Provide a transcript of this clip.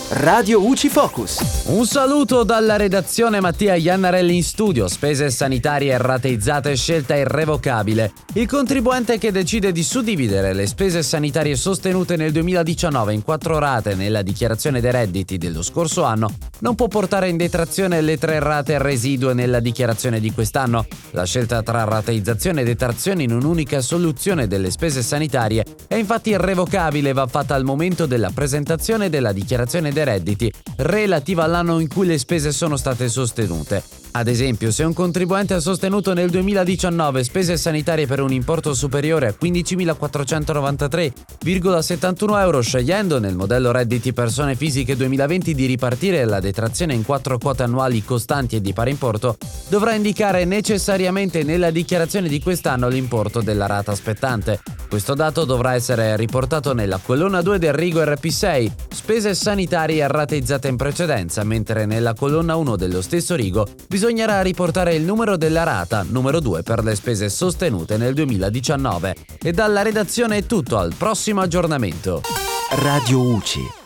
Radio UCI Focus. Un saluto dalla redazione Mattia Iannarelli in studio. Spese sanitarie rateizzate, scelta irrevocabile. Il contribuente che decide di suddividere le spese sanitarie sostenute nel 2019 in 4 rate nella dichiarazione dei redditi dello scorso anno non può portare in detrazione le 3 rate residue nella dichiarazione di quest'anno. La scelta tra rateizzazione e detrazione in un'unica soluzione delle spese sanitarie è infatti irrevocabile e va fatta al momento della presentazione della dichiarazione dei redditi relativa all'anno in cui le spese sono state sostenute. Ad esempio, se un contribuente ha sostenuto nel 2019 spese sanitarie per un importo superiore a 15.493,71 euro, scegliendo nel modello redditi persone fisiche 2020 di ripartire la detrazione in 4 quote annuali costanti e di pari importo, dovrà indicare necessariamente nella dichiarazione di quest'anno l'importo della rata spettante. Questo dato dovrà essere riportato nella colonna 2 del rigo RP6, spese sanitarie rateizzate in precedenza, mentre nella colonna 1 dello stesso rigo bisognerà riportare il numero della rata, numero 2 per le spese sostenute nel 2019. E dalla redazione è tutto, al prossimo aggiornamento. Radio UCI.